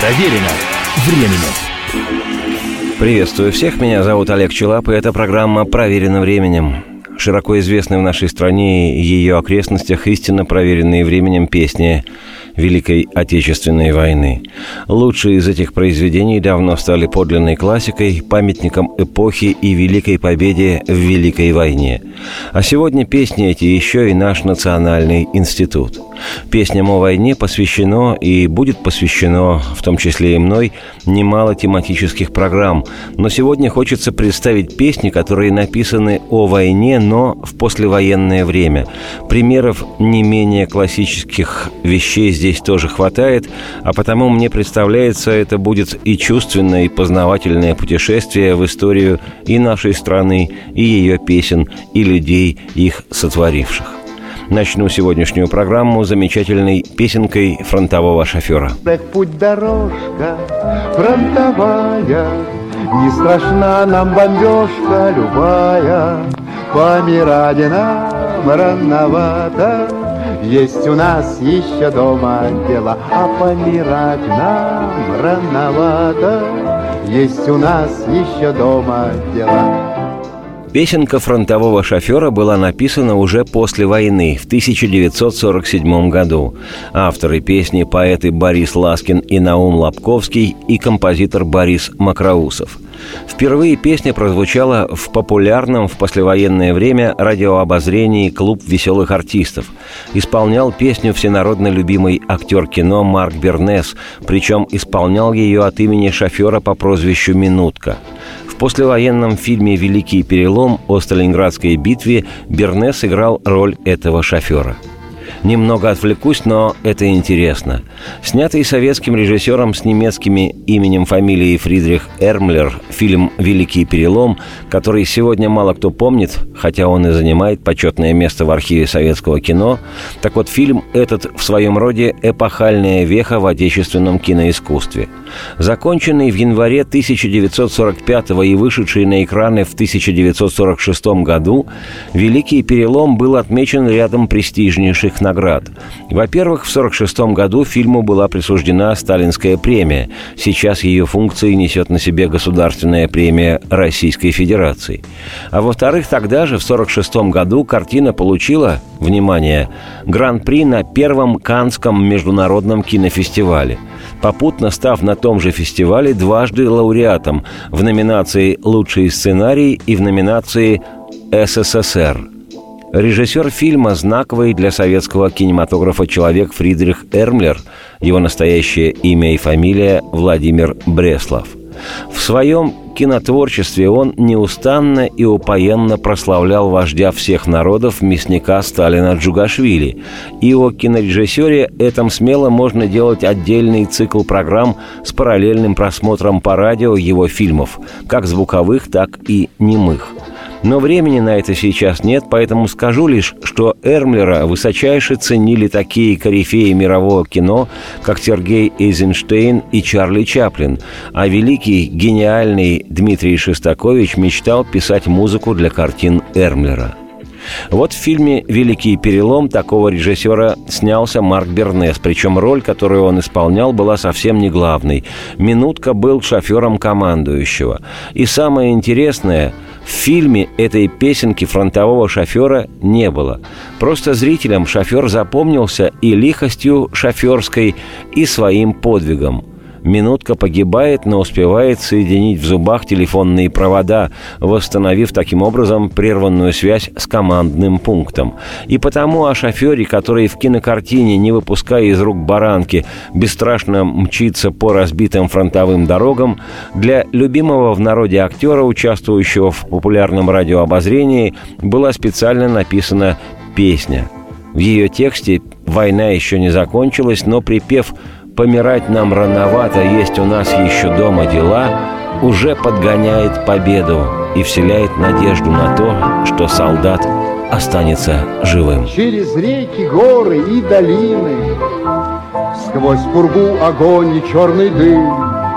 Проверено временем. Приветствую всех, меня зовут Олег Челап, и эта программа «Проверено временем». Широко известны в нашей стране и ее окрестностях истинно проверенные временем песни Великой Отечественной войны. Лучшие из этих произведений давно стали подлинной классикой, памятником эпохи и великой победе в Великой войне. А сегодня песни эти еще и наш национальный институт. Песням о войне посвящено и будет посвящено, в том числе и мной, немало тематических программ. Но сегодня хочется представить песни, которые написаны о войне, но в послевоенное время. Примеров не менее классических вещей здесь тоже хватает, а потому мне представляется, это будет и чувственное, и познавательное путешествие в историю и нашей страны, и ее песен, и людей, их сотворивших. Начну сегодняшнюю программу замечательной песенкой фронтового шофера. Путь дорожка фронтовая, не страшна нам бомбежка любая. Помирать нам рановато, есть у нас еще дома дело. А помирать нам рановато, есть у нас еще дома дела. Песенка фронтового шофера была написана уже после войны, в 1947 году. Авторы песни – поэты Борис Ласкин и Наум Лобковский и композитор Борис Макроусов. Впервые песня прозвучала в популярном в послевоенное время радиообозрении «Клуб веселых артистов». Исполнял песню всенародно любимый актер кино Марк Бернес, причем исполнял ее от имени шофера по прозвищу «Минутка». В послевоенном фильме «Великий перелом» о Сталинградской битве Бернес играл роль этого шофера. Немного отвлекусь, но это интересно. Снятый советским режиссером с немецкими именем фамилией Фридрих Эрмлер фильм «Великий перелом», который сегодня мало кто помнит, хотя он и занимает почетное место в архиве советского кино, так вот, фильм этот в своем роде эпохальная веха в отечественном киноискусстве. Законченный в январе 1945 и вышедший на экраны в 1946 году, «Великий перелом» был отмечен рядом престижнейших наград. Во-первых, в 1946 году фильму была присуждена Сталинская премия. Сейчас ее функции несет на себе Государственная премия Российской Федерации. А во-вторых, тогда же, в 1946 году, картина получила, внимание, гран-при на первом Каннском международном кинофестивале, попутно став на том же фестивале дважды лауреатом в номинации «Лучший сценарий» и в номинации «СССР». Режиссер фильма – знаковый для советского кинематографа человек Фридрих Эрмлер, его настоящее имя и фамилия – Владимир Бреслов. В своем кинотворчестве он неустанно и упоенно прославлял вождя всех народов, мясника Сталина Джугашвили. И о кинорежиссере этом смело можно делать отдельный цикл программ с параллельным просмотром по радио его фильмов, как звуковых, так и немых. Но времени на это сейчас нет, поэтому скажу лишь, что Эрмлера высочайше ценили такие корифеи мирового кино, как Сергей Эйзенштейн и Чарли Чаплин, а великий, гениальный Дмитрий Шостакович мечтал писать музыку для картин Эрмлера. Вот в фильме «Великий перелом» такого режиссера снялся Марк Бернес, причем роль, которую он исполнял, была совсем не главной. Минутка был шофером командующего. И самое интересное, в фильме этой песенки фронтового шофера не было. Просто зрителям шофер запомнился и лихостью шоферской, и своим подвигом. Минутка погибает, но успевает соединить в зубах телефонные провода, восстановив таким образом прерванную связь с командным пунктом. И потому о шофере, который в кинокартине, не выпуская из рук баранки, бесстрашно мчится по разбитым фронтовым дорогам, для любимого в народе актера, участвующего в популярном радиообозрении, была специально написана песня. В ее тексте «Война еще не закончилась, но припев «Помирать нам рановато, есть у нас еще дома дела» уже подгоняет победу и вселяет надежду на то, что солдат останется живым. Через реки, горы и долины, сквозь пургу, огонь и черный дым,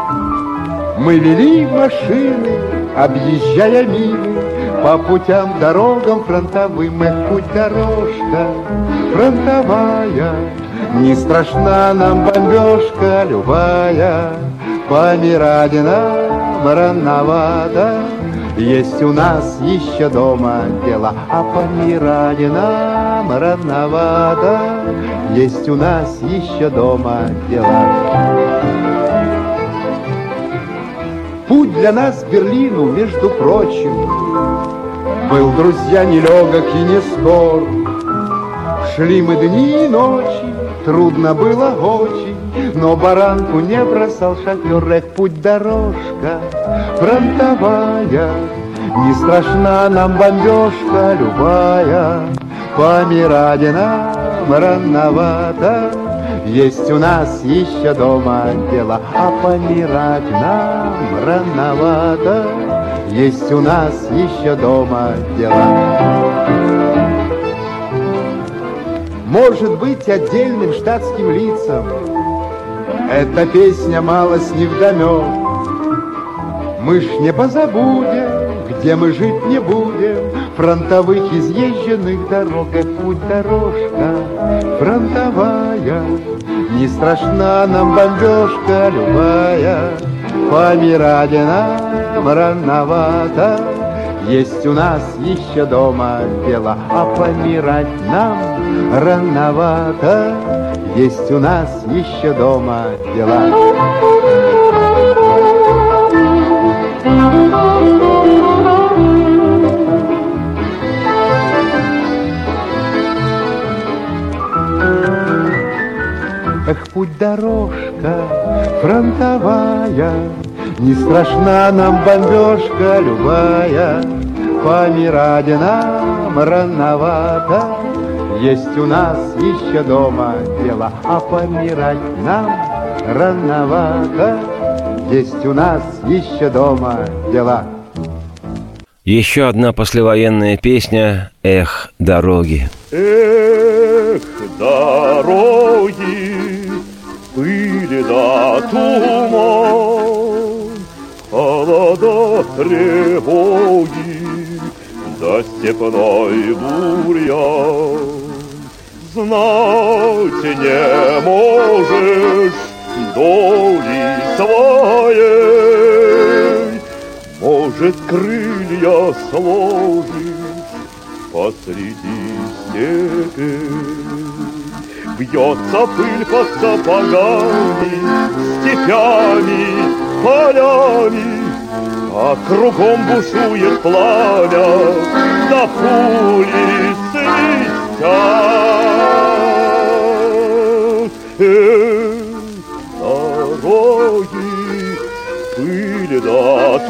мы вели машины, объезжая мили, по путям, дорогам фронтовым. Эх, путь дорожка фронтовая, Не страшна нам бомбежка любая, помирать нам рановато. Есть у нас еще дома дела, а помирать нам рановато. Есть у нас еще дома дела. Путь для нас к Берлину, между прочим, был, друзья, нелегок и не скор. Шли мы дни и ночи, трудно было очень, но баранку не бросал шофер. Эх, путь дорожка фронтовая, не страшна нам бомбежка любая, помирать нам рановато. Есть у нас еще дома дела, а помирать нам рановато. Есть у нас еще дома дела. Может быть, отдельным штатским лицам эта песня малость невдомек. Мы ж не позабудем, где мы жить не будем, фронтовых изъезженных дорог. И путь дорожка фронтовая, не страшна нам бомбежка любая, помирать нам рановато. Есть у нас еще дома дела, а помирать нам рановато. Есть у нас еще дома дела. Эх, путь дорожка фронтовая, не страшна нам бомбежка любая, помирать нам рановато. Есть у нас еще дома дела, а помирать нам рановато. Есть у нас еще дома дела. Еще одна послевоенная песня «Эх, дороги». Эх, дороги, пыль да туман, холода, тревоги, да степной бурьян. Знать не можешь доли своей, может, крылья сложишь посреди степи. Бьется пыль под сапогами, степями, полями, а кругом бушует пламя, да пули свистят. Дороги, пыль да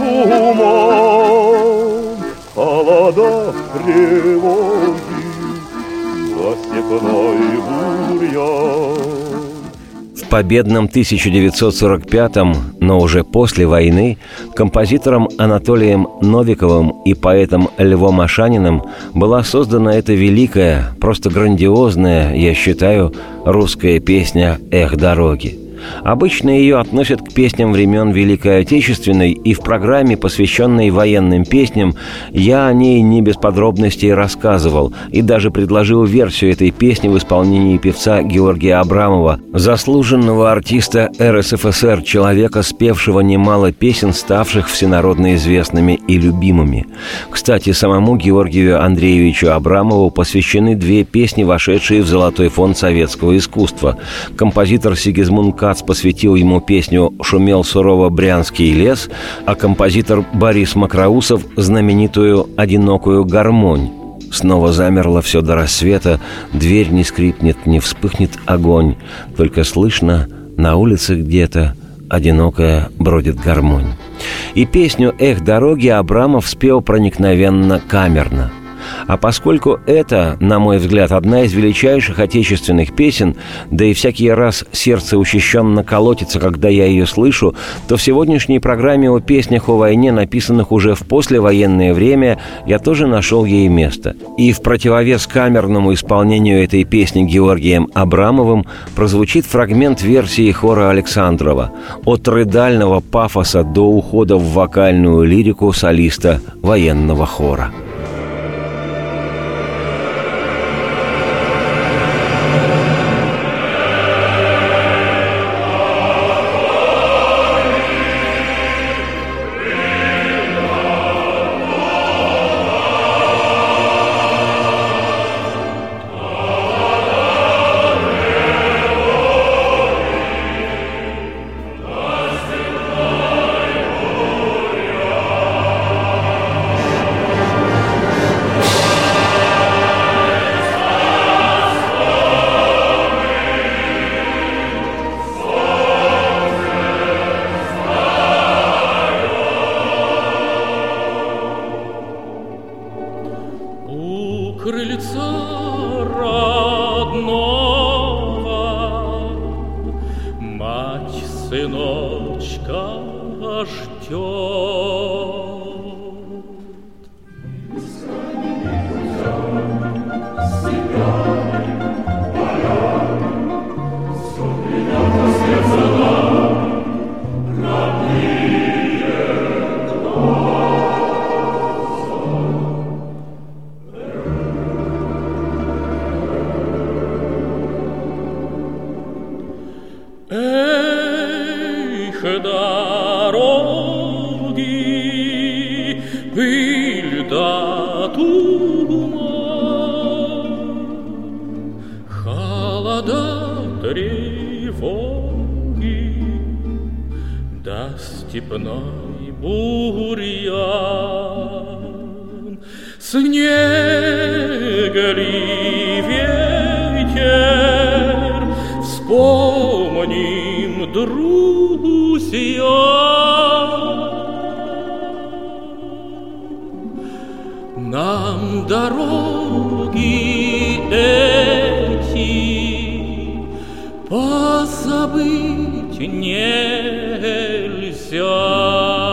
туман, холода, тревоги, да степной бурьян. В победном 1945-м, но уже после войны, композитором Анатолием Новиковым и поэтом Львом Ашаниным была создана эта великая, просто грандиозная, я считаю, русская песня «Эх, дороги». Обычно ее относят к песням времен Великой Отечественной, и в программе, посвященной военным песням, я о ней не без подробностей рассказывал и даже предложил версию этой песни в исполнении певца Георгия Абрамова, заслуженного артиста РСФСР, человека, спевшего немало песен, ставших всенародно известными и любимыми. Кстати, самому Георгию Андреевичу Абрамову посвящены две песни, вошедшие в Золотой фонд советского искусства. Композитор Сигизмунд Кац посвятил ему песню «Шумел сурово брянский лес», а композитор Борис Макроусов – знаменитую «Одинокую гармонь». Снова замерло все до рассвета, дверь не скрипнет, не вспыхнет огонь, только слышно на улице где-то одинокая бродит гармонь. И песню «Эх, дороги» Абрамов спел проникновенно камерно. А поскольку это, на мой взгляд, одна из величайших отечественных песен, да и всякий раз сердце учащенно колотится, когда я ее слышу, то в сегодняшней программе о песнях о войне, написанных уже в послевоенное время, я тоже нашел ей место. И в противовес камерному исполнению этой песни Георгием Абрамовым прозвучит фрагмент версии хора Александрова от рыдального пафоса до ухода в вокальную лирику солиста военного хора. сыночка ждет. Дороги, пыль да туман, холода, тревоги, да степной бурьян, снега ли ветер, вспомним, друзья, нам дороги эти позабыть нельзя.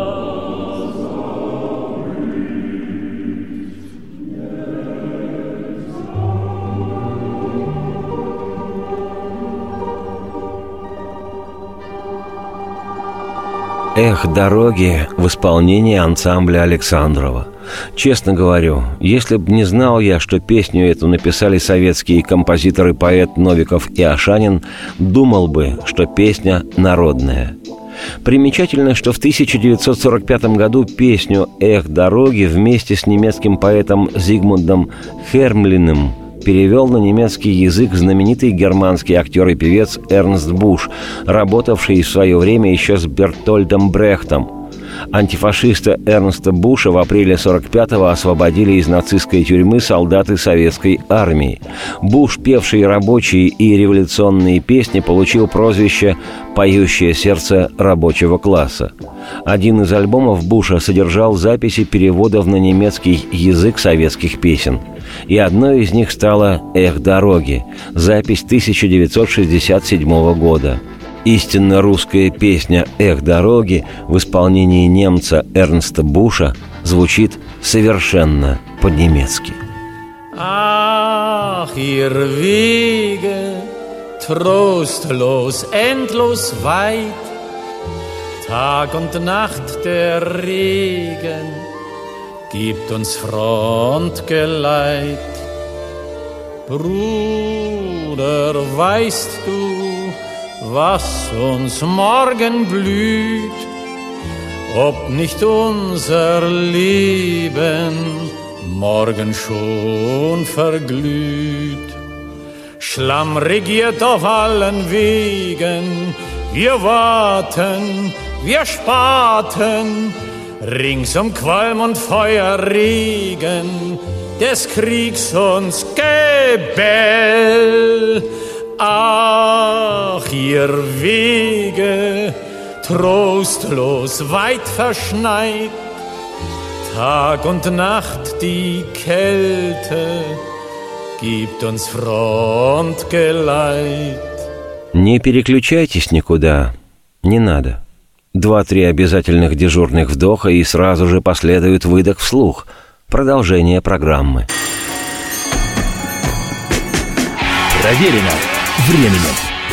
«Эх, дороги» в исполнении ансамбля Александрова. Честно говорю, если б не знал я, что песню эту написали советские композиторы-поэт Новиков и Ашанин, думал бы, что песня народная. Примечательно, что в 1945 году песню «Эх, дороги» вместе с немецким поэтом Зигмундом Хермлиным перевел на немецкий язык знаменитый германский актер и певец Эрнст Буш, работавший в свое время еще с Бертольдом Брехтом. Антифашиста Эрнста Буша в апреле 1945-го освободили из нацистской тюрьмы солдаты советской армии. Буш, певший рабочие и революционные песни, получил прозвище «Поющее сердце рабочего класса». Один из альбомов Буша содержал записи переводов на немецкий язык советских песен. И одной из них стала «Эх, дороги», запись 1967 года. Истинно русская песня «Эх, дороги» в исполнении немца Эрнста Буша звучит совершенно по-немецки. Ach, ihr Wege, trostlos, endlos weit, Tag und Nacht der Regen gibt uns Frontgeleit. Bruder, weißt du, was uns morgen blüht, ob nicht unser Leben morgen schon verglüht. Schlamm regiert auf allen Wegen, wir warten, wir spaten, rings Qualm und Feuerregen, des Kriegs uns Gebell. Ach, ihr Wege, trostlos weit verschneit, Tag und Nacht die Kälte gibt uns Frontgeleit. Не переключайтесь никуда, не надо. 2-3 обязательных дежурных вдоха, и сразу же последует выдох вслух. Продолжение программы. Проверено временем.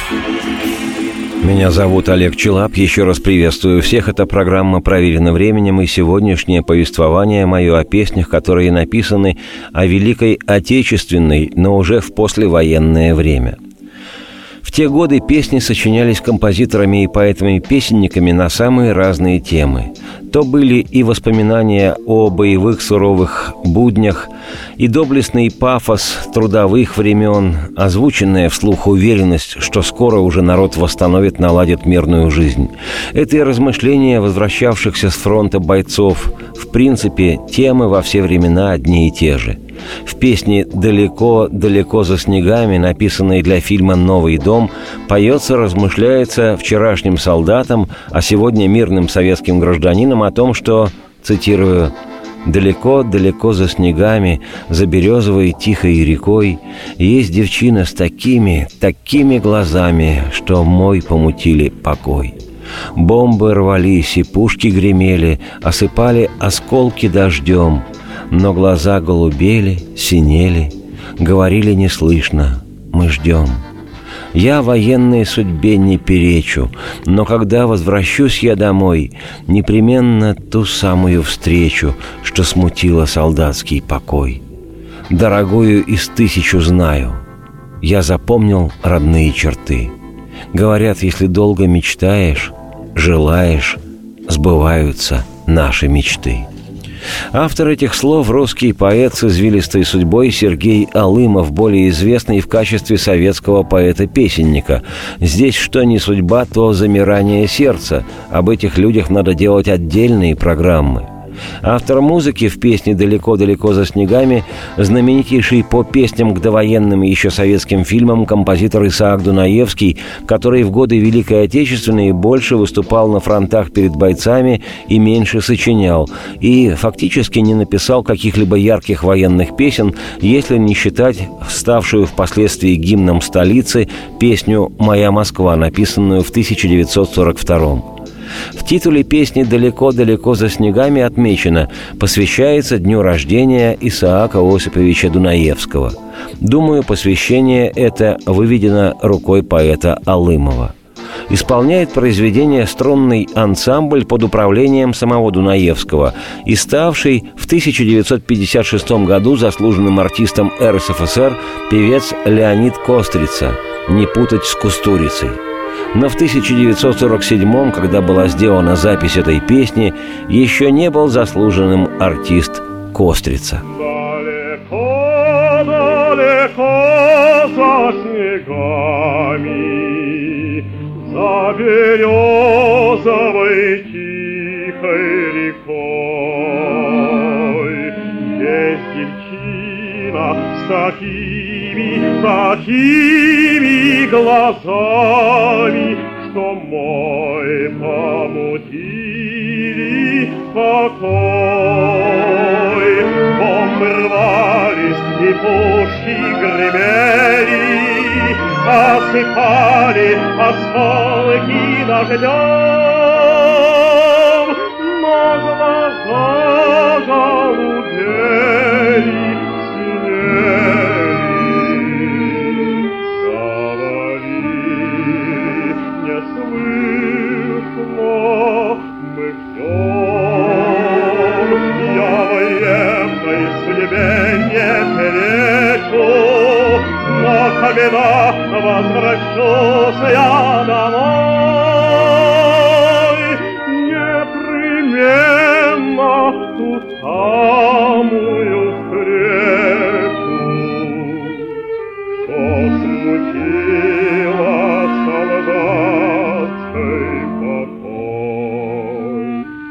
Меня зовут Олег Челап. Еще раз приветствую всех. Это программа «Проверено временем», и сегодняшнее повествование мое о песнях, которые написаны о Великой Отечественной, но уже в послевоенное время. В те годы песни сочинялись композиторами и поэтами-песенниками на самые разные темы. То были и воспоминания о боевых суровых буднях, и доблестный пафос трудовых времен, озвученная вслух уверенность, что скоро уже народ восстановит, наладит мирную жизнь. Это и размышления возвращавшихся с фронта бойцов. В принципе, темы во все времена одни и те же. В песне «Далеко, далеко за снегами», написанной для фильма «Новый дом», поется, размышляется вчерашним солдатам, а сегодня мирным советским гражданинам о том, что, цитирую, Далеко-далеко за снегами, за березовой тихой рекой есть девчина с такими глазами, что мой помутили покой. Бомбы рвались и пушки гремели, осыпали осколки дождем, но глаза голубели, синели, говорили неслышно: мы ждем. Я военной судьбе не перечу, но когда возвращусь я домой, непременно ту самую встречу, что смутила солдатский покой. Дорогую из 1000 знаю, я запомнил родные черты. Говорят, если долго мечтаешь, желаешь, сбываются наши мечты. Автор этих слов – русский поэт с извилистой судьбой Сергей Алымов, более известный в качестве советского поэта-песенника. Здесь что не судьба, то замирание сердца. Об этих людях надо делать отдельные программы. Автор музыки в песне «Далеко-далеко за снегами» знаменитейший по песням к довоенным и еще советским фильмам композитор Исаак Дунаевский, который в годы Великой Отечественной больше выступал на фронтах перед бойцами и меньше сочинял, и фактически не написал каких-либо ярких военных песен, если не считать ставшую впоследствии гимном столицы песню «Моя Москва», написанную в 1942-м. В титуле песни «Далеко-далеко за снегами» отмечено «Посвящается дню рождения Исаака Осиповича Дунаевского». Думаю, посвящение это выведено рукой поэта Алымова. Исполняет произведение струнный ансамбль под управлением самого Дунаевского и ставший в 1956 году заслуженным артистом РСФСР певец Леонид Кострица, не путать с Кустурицей. Но в 1947-м, когда была сделана запись этой песни, еще не был заслуженным артист Кострица. Далеко за снегами, за березовой тихой рекой есть девчина с такими глазами, что мой помутили покой. Бомбы рвались и пушки гремели, осыпали осколки дождем, но глаза голубели, когда возвращусь я домой, непременно ту самую встречу, что смутила солдатский покой.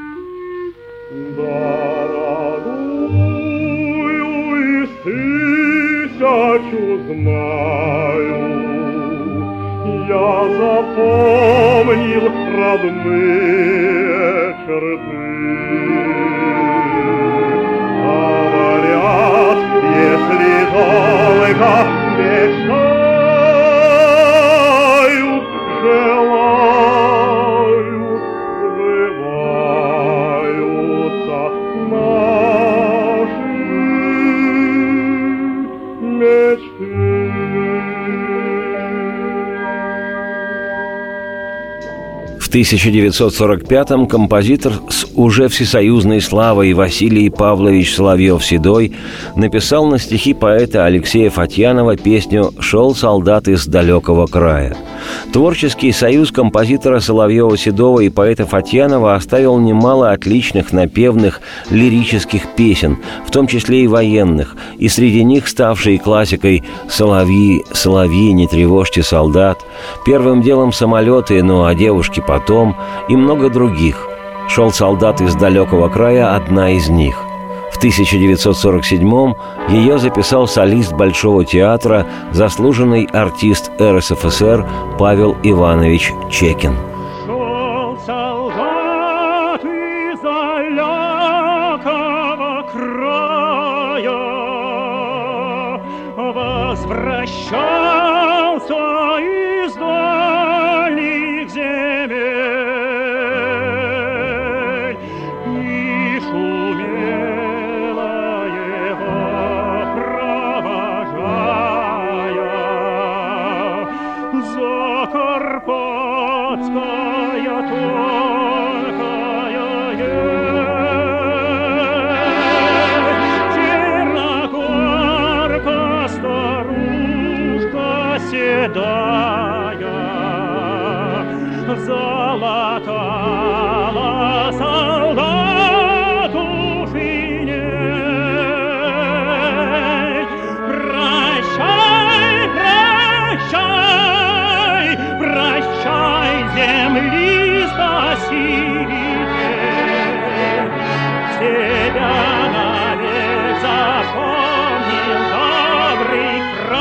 Дорогую из 1000 знаю, я запомнил родные черты. Говорят, если только мечтают, желают, сбываются наши мечты. В 1945-м композитор с уже всесоюзной славой Василий Павлович Соловьев-Седой написал на стихи поэта Алексея Фатьянова песню «Шел солдат из далекого края». Творческий союз композитора Соловьева-Седова и поэта Фатьянова оставил немало отличных напевных лирических песен, в том числе и военных, и среди них ставшие классикой «Соловьи, соловьи, не тревожьте солдат», «Первым делом самолеты, ну а девушки потом» и много других. «Шел солдат из далекого края» – одна из них. В 1947-м ее записал солист Большого театра, заслуженный артист РСФСР Павел Иванович Чекин. Шел солдат из далекого адская тонкая черногорка старушка седая залатала солдату шинель. Прощай, прощай, прощай, земли спаситель, тебя навек запомнил добрый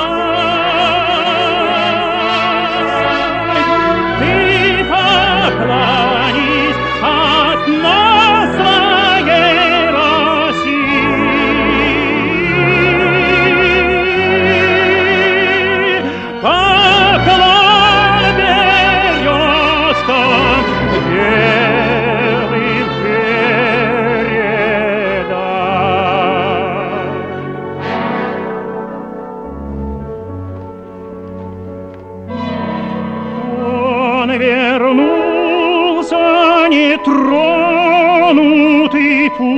край. Ты поклонись от нас своей России. Поклон березкам белым передай. Он вернулся нетронутый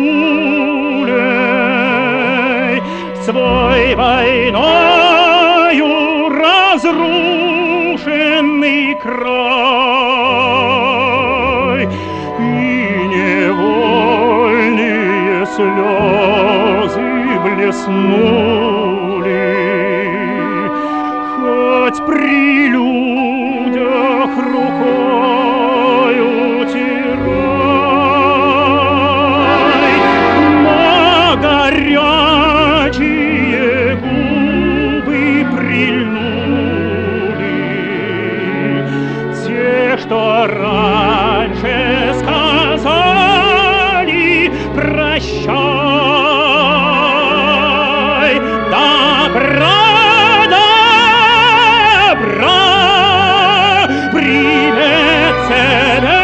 пулей, свой войною разрушенный край, и невольные слезы блеснули, хоть при людях рукою тирай, но горячие губы прильнули, те, что раньше сказали прощай. Добра, добра, привет тебе,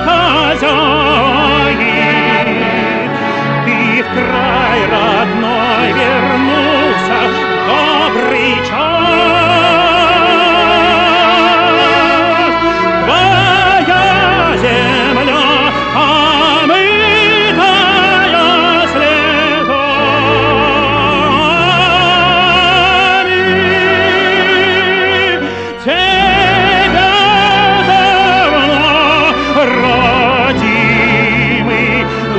хозяин. Ты в край родной вернулся в добрый час. Твоя земля омытая слезами, тебя давно родимый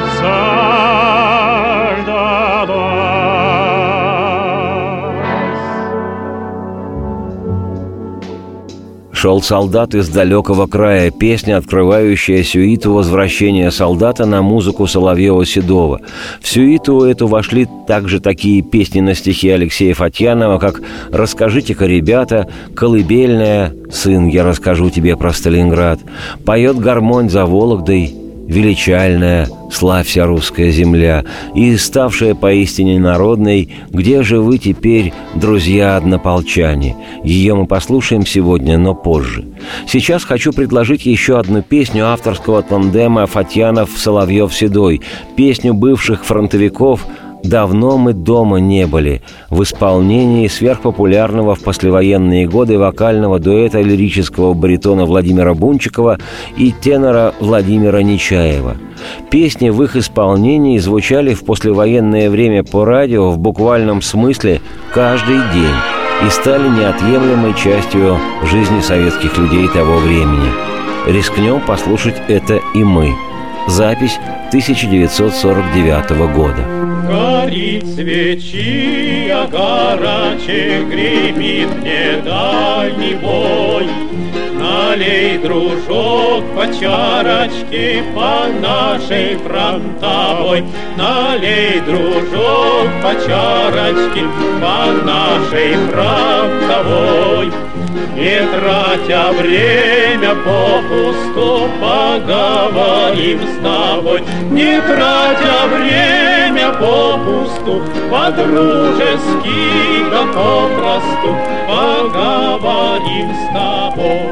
заждалась. «Шел солдат из далекого края» – песня, открывающая сюиту «Возвращение солдата» на музыку Соловьева-Седова. В сюиту эту вошли также такие песни на стихи Алексея Фатьянова, как «Расскажите-ка, ребята», «Колыбельная», «Сын, я расскажу тебе про Сталинград», поет гармонь за Вологдой, величальная «Славься, русская земля» и ставшая поистине народной «Где же вы теперь, друзья-однополчане?» Ее мы послушаем сегодня, но позже. Сейчас хочу предложить еще одну песню авторского тандема Фатьянов-Соловьев-Седой, песню бывших фронтовиков «Давно мы дома не были» в исполнении сверхпопулярного в послевоенные годы вокального дуэта лирического баритона Владимира Бунчикова и тенора Владимира Нечаева. Песни в их исполнении звучали в послевоенное время по радио в буквальном смысле каждый день и стали неотъемлемой частью жизни советских людей того времени. Рискнем послушать это и мы. Запись 1949 года. Горит свечи, огарочек, гремит мне дальний бой. Налей, дружок, по чарочке, по нашей фронтовой. Налей, дружок, по чарочке, по нашей фронтовой. Не тратя время попусту, поговорим с тобой. Не тратя время попусту, по-дружески, да попросту поговорим с тобой.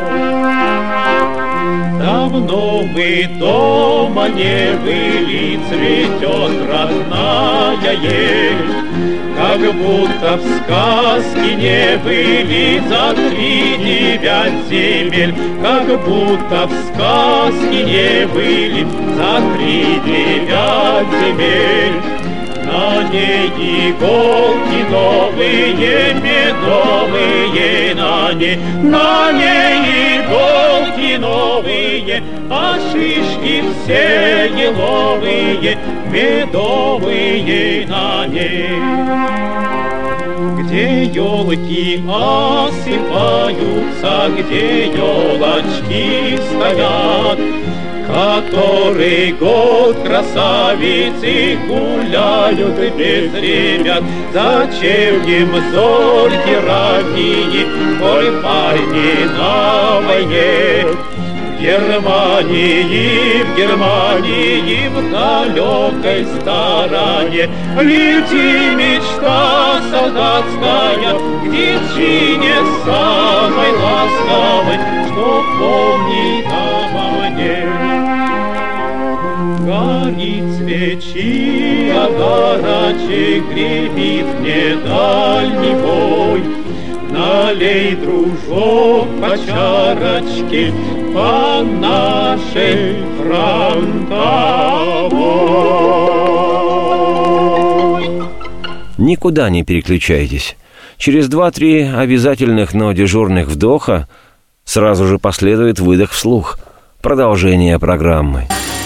Давно мы дома не были, цветет родная ель. как будто в сказке не были за 3-9 земель, как будто в сказке не были за 3-9 земель. На ней иголки новые, медовые, на ней иголки новые, а шишки все еловые, медовые на ней. Где елки осыпаются, где елочки стоят, который год красавицы гуляют без ребят. Зачем им зорьки ранние, коль парни на войне? В Германии, в далекой стороне летит мечта солдатская к девчине самой ласковой, что помнит обо мне. Горит свечи, огарочек гремит мне дальний бой. Налей, дружок, по чарочке, по нашей фронтовой. Никуда не переключайтесь. Через 2-3 обязательных, но дежурных вдоха сразу же последует выдох вслух. Продолжение программы.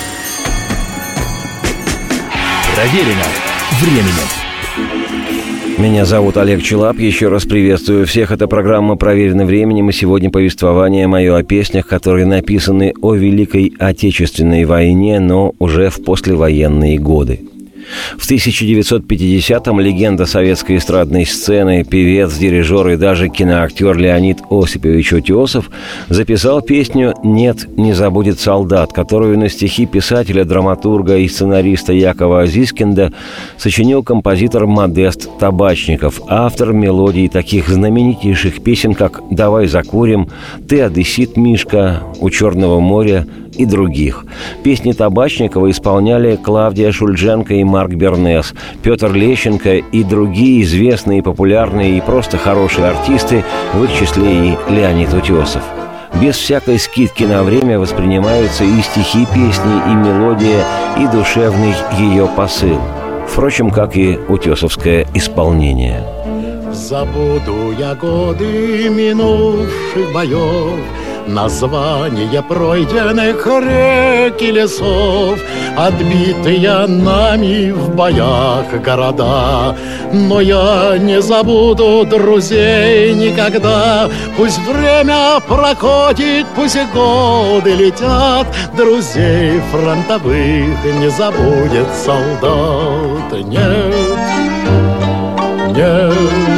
Проверено временем. Меня зовут Олег Челап. Еще раз приветствую всех. Это программа «Проверено временем». И сегодня повествование мое о песнях, которые написаны о Великой Отечественной войне, но уже в послевоенные годы. В 1950-м легенда советской эстрадной сцены, певец, дирижер и даже киноактер Леонид Осипович Утесов записал песню «Нет, не забудет солдат», которую на стихи писателя, драматурга и сценариста Якова Зискинда сочинил композитор Модест Табачников, автор мелодий таких знаменитейших песен, как «Давай закурим», «Ты одессит, Мишка», «У Черного моря» и других. Песни Табачникова исполняли Клавдия Шульженко и Марк Бернес, Петр Лещенко и другие известные, популярные и просто хорошие артисты, в их числе и Леонид Утесов. Без всякой скидки на время воспринимаются и стихи песни, и мелодия, и душевный ее посыл. Впрочем, как и утесовское исполнение. Забуду я годы минувших боев, названия пройденных рек и лесов, отбитые нами в боях города. Но я не забуду друзей никогда. Пусть время проходит, пусть годы летят, друзей фронтовых не забудет солдат. Нет, нет,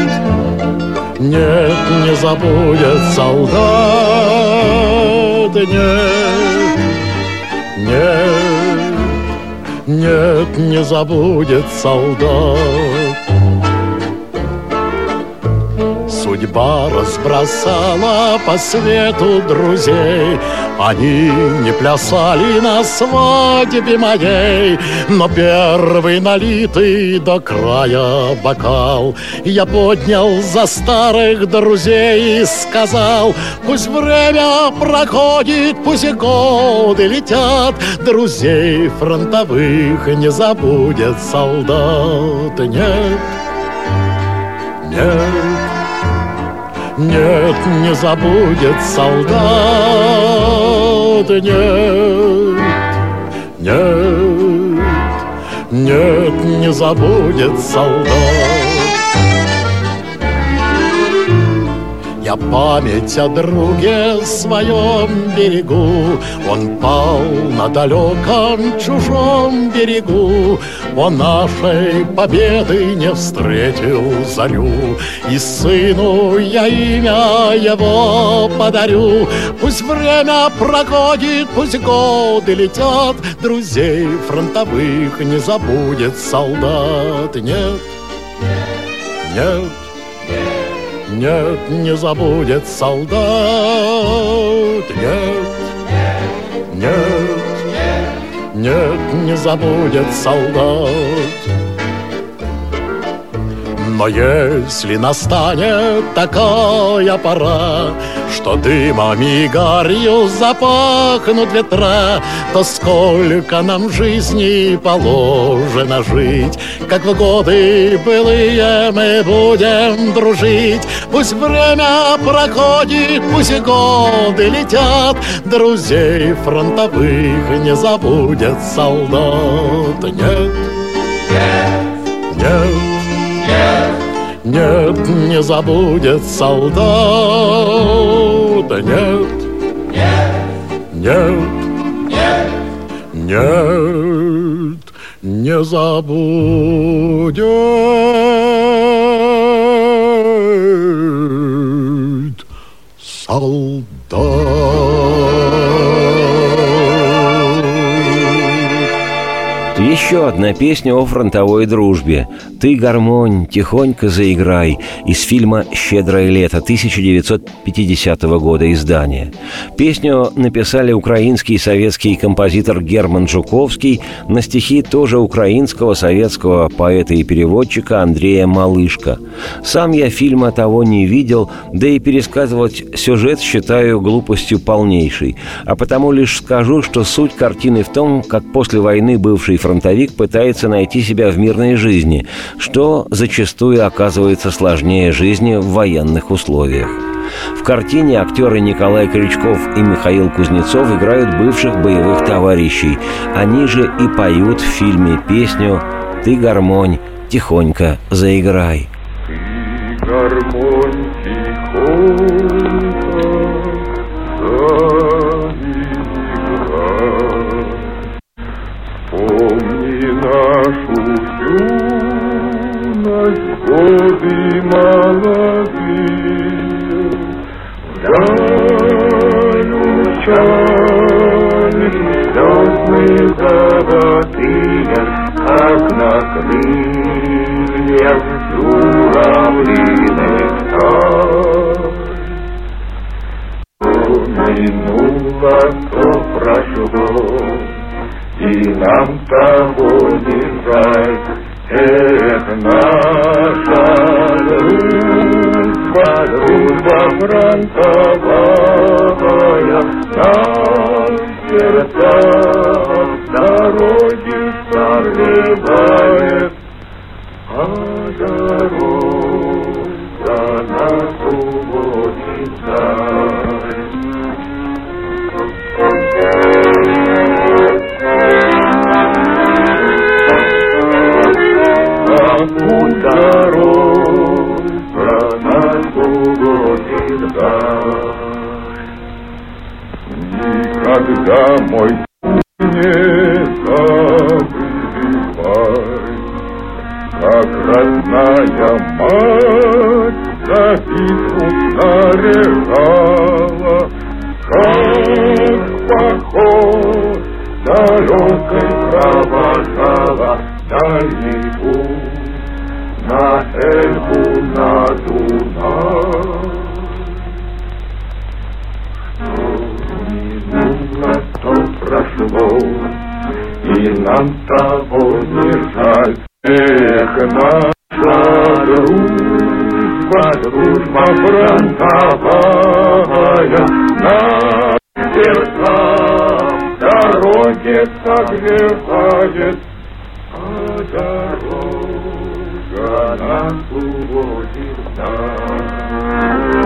нет, не забудет солдат. Нет, нет, нет, не забудет солдат. Судьба разбросала по свету друзей, они не плясали на свадьбе моей, но первый налитый до края бокал я поднял за старых друзей и сказал: пусть время проходит, пусть годы летят, друзей фронтовых не забудет солдат. Нет, нет, нет, не забудет солдат. Нет, нет, нет, не забудет солдат. Я память о друге своем берегу, он пал на далеком чужом берегу. Он нашей победы не встретил зарю, и сыну я имя его подарю. Пусть время проходит, пусть годы летят, друзей фронтовых не забудет солдат. Нет, нет, нет, не забудет солдат. Нет, нет, нет, не забудет солдат. Но если настанет такая пора, что дымом и гарью запахнут ветра, то сколько нам в жизни положено жить, как в годы былые мы будем дружить. Пусть время проходит, пусть годы летят, друзей фронтовых не забудет солдат. Нет, нет, нет, не забудет солдат. Нет, нет, нет, не забудет солдат. Еще одна песня о фронтовой дружбе. «Ты, гармонь, тихонько заиграй» из фильма «Щедрое лето» 1950 года издания. Песню написали украинский и советский композитор Герман Жуковский на стихи тоже украинского советского поэта и переводчика Андрея Малышко. Сам я фильма того не видел, да и пересказывать сюжет считаю глупостью полнейшей. А потому лишь скажу, что суть картины в том, как после войны бывший фронтовик пытается найти себя в мирной жизни, что зачастую оказывается сложнее жизни в военных условиях. В картине актеры Николай Крючков и Михаил Кузнецов играют бывших боевых товарищей. Они же и поют в фильме песню «Ты, гармонь, тихонько заиграй». Ты, гармонь, тихонько заиграй. Помни нашу юность, годы молодые, вдаль учали звездны золотые, как на крыльях журавлиных стай. То минуло, то прошло, и нам того не жаль. Эх, наша дружба фронтовая, нам сердца дороги согревает, а дорога нас уводит вдаль. Путь дорог про нас уводит вдаль. Никогда, мой не забывай, как родная мать за битву снаряжала, как поход далекой провожала дальний путь на Эльбу, на Дунай. Что минуло, то прошло, и нам того не жаль. Эх, наша дружба фронтовая, на сердцах дороги согревает, а дорога нас уводит вдаль.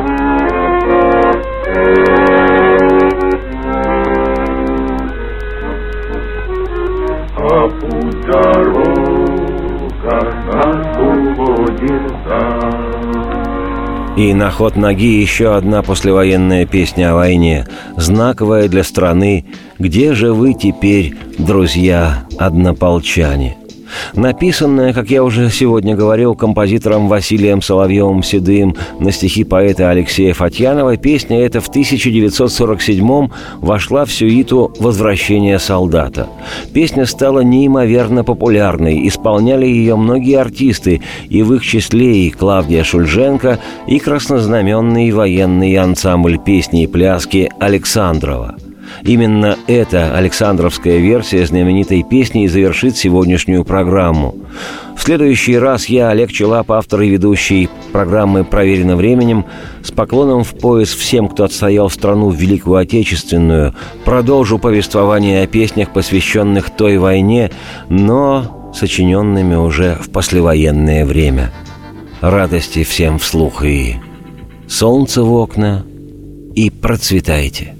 А путь дорога нас уводит вдаль. И на ход ноги еще одна послевоенная песня о войне, знаковая для страны «Где же вы теперь, друзья, однополчане?». Написанная, как я уже сегодня говорил, композитором Василием Соловьевым-Седым на стихи поэта Алексея Фатьянова, песня эта в 1947-м вошла в сюиту «Возвращение солдата». Песня стала неимоверно популярной, исполняли ее многие артисты, и в их числе и Клавдия Шульженко, и краснознаменный военный ансамбль песни и пляски «Александрова». Именно эта александровская версия знаменитой песни и завершит сегодняшнюю программу. В следующий раз я, Олег Челап, автор и ведущий программы «Проверено временем», с поклоном в пояс всем, кто отстоял страну в Великую Отечественную, продолжу повествование о песнях, посвященных той войне, но сочиненными уже в послевоенное время. Радости всем вслух и солнце в окна, и процветайте.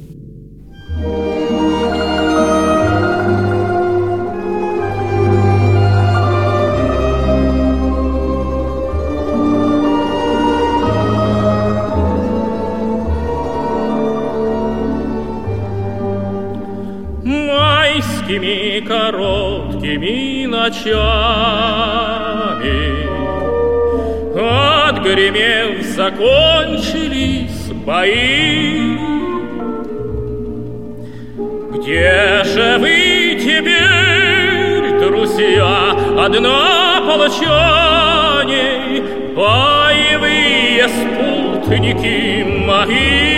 Майскими короткими ночами, отгремев, закончились бои. Где же вы теперь, друзья, однополчане, боевые спутники мои?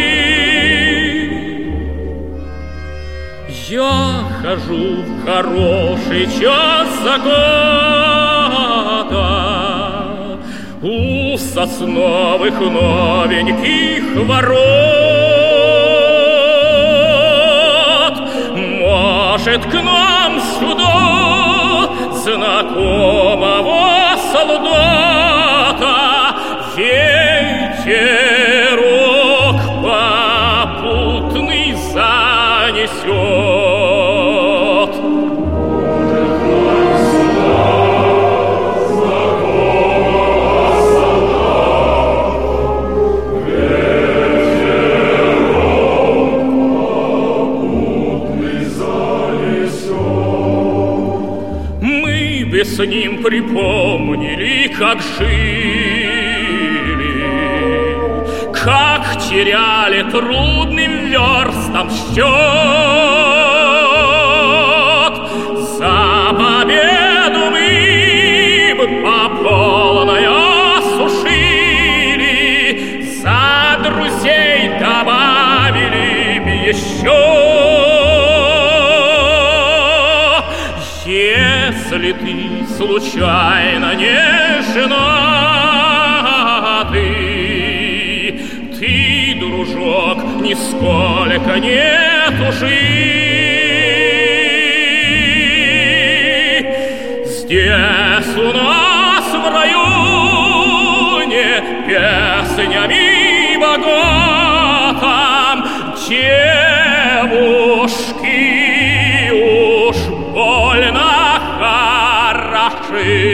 Я хожу в хороший час заката у сосновых новеньких ворот. Может, к нам сюда знакомого солдата ветерок попутный занесет. С ним припомнили, как жили, как теряли трудным верстам счет. За победу мы бы по полной осушили, за друзей добавили бы еще. Если ты случайно не женатый, ты, дружок, нисколько не тужи. Здесь у нас в районе песнями богатым девушки уж больно хороши.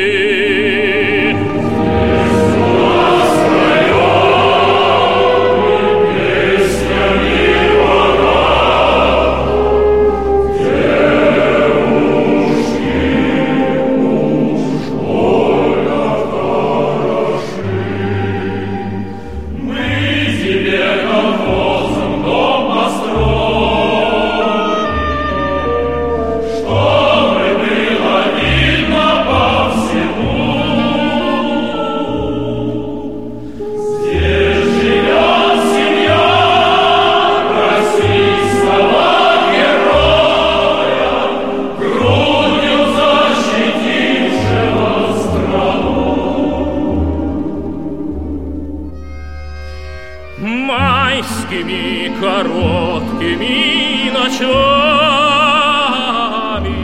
Майскими короткими ночами,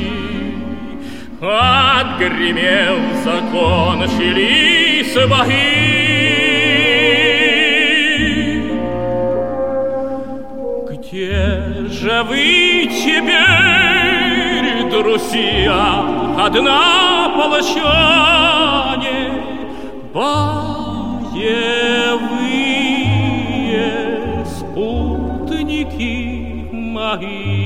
отгремев, закончились бои. Где же вы теперь, друзья, однополчане, боевые спутники мои?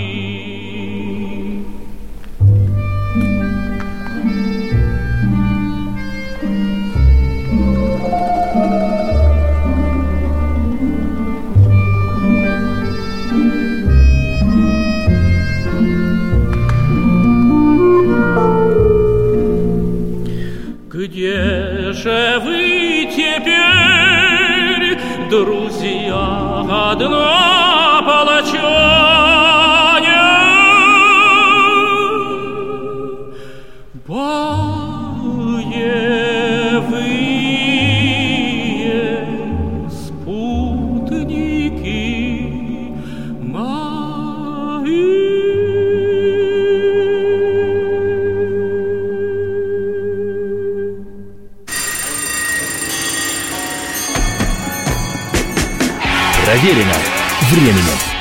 Где же вы теперь, друзья, однополчане? Проверено временем.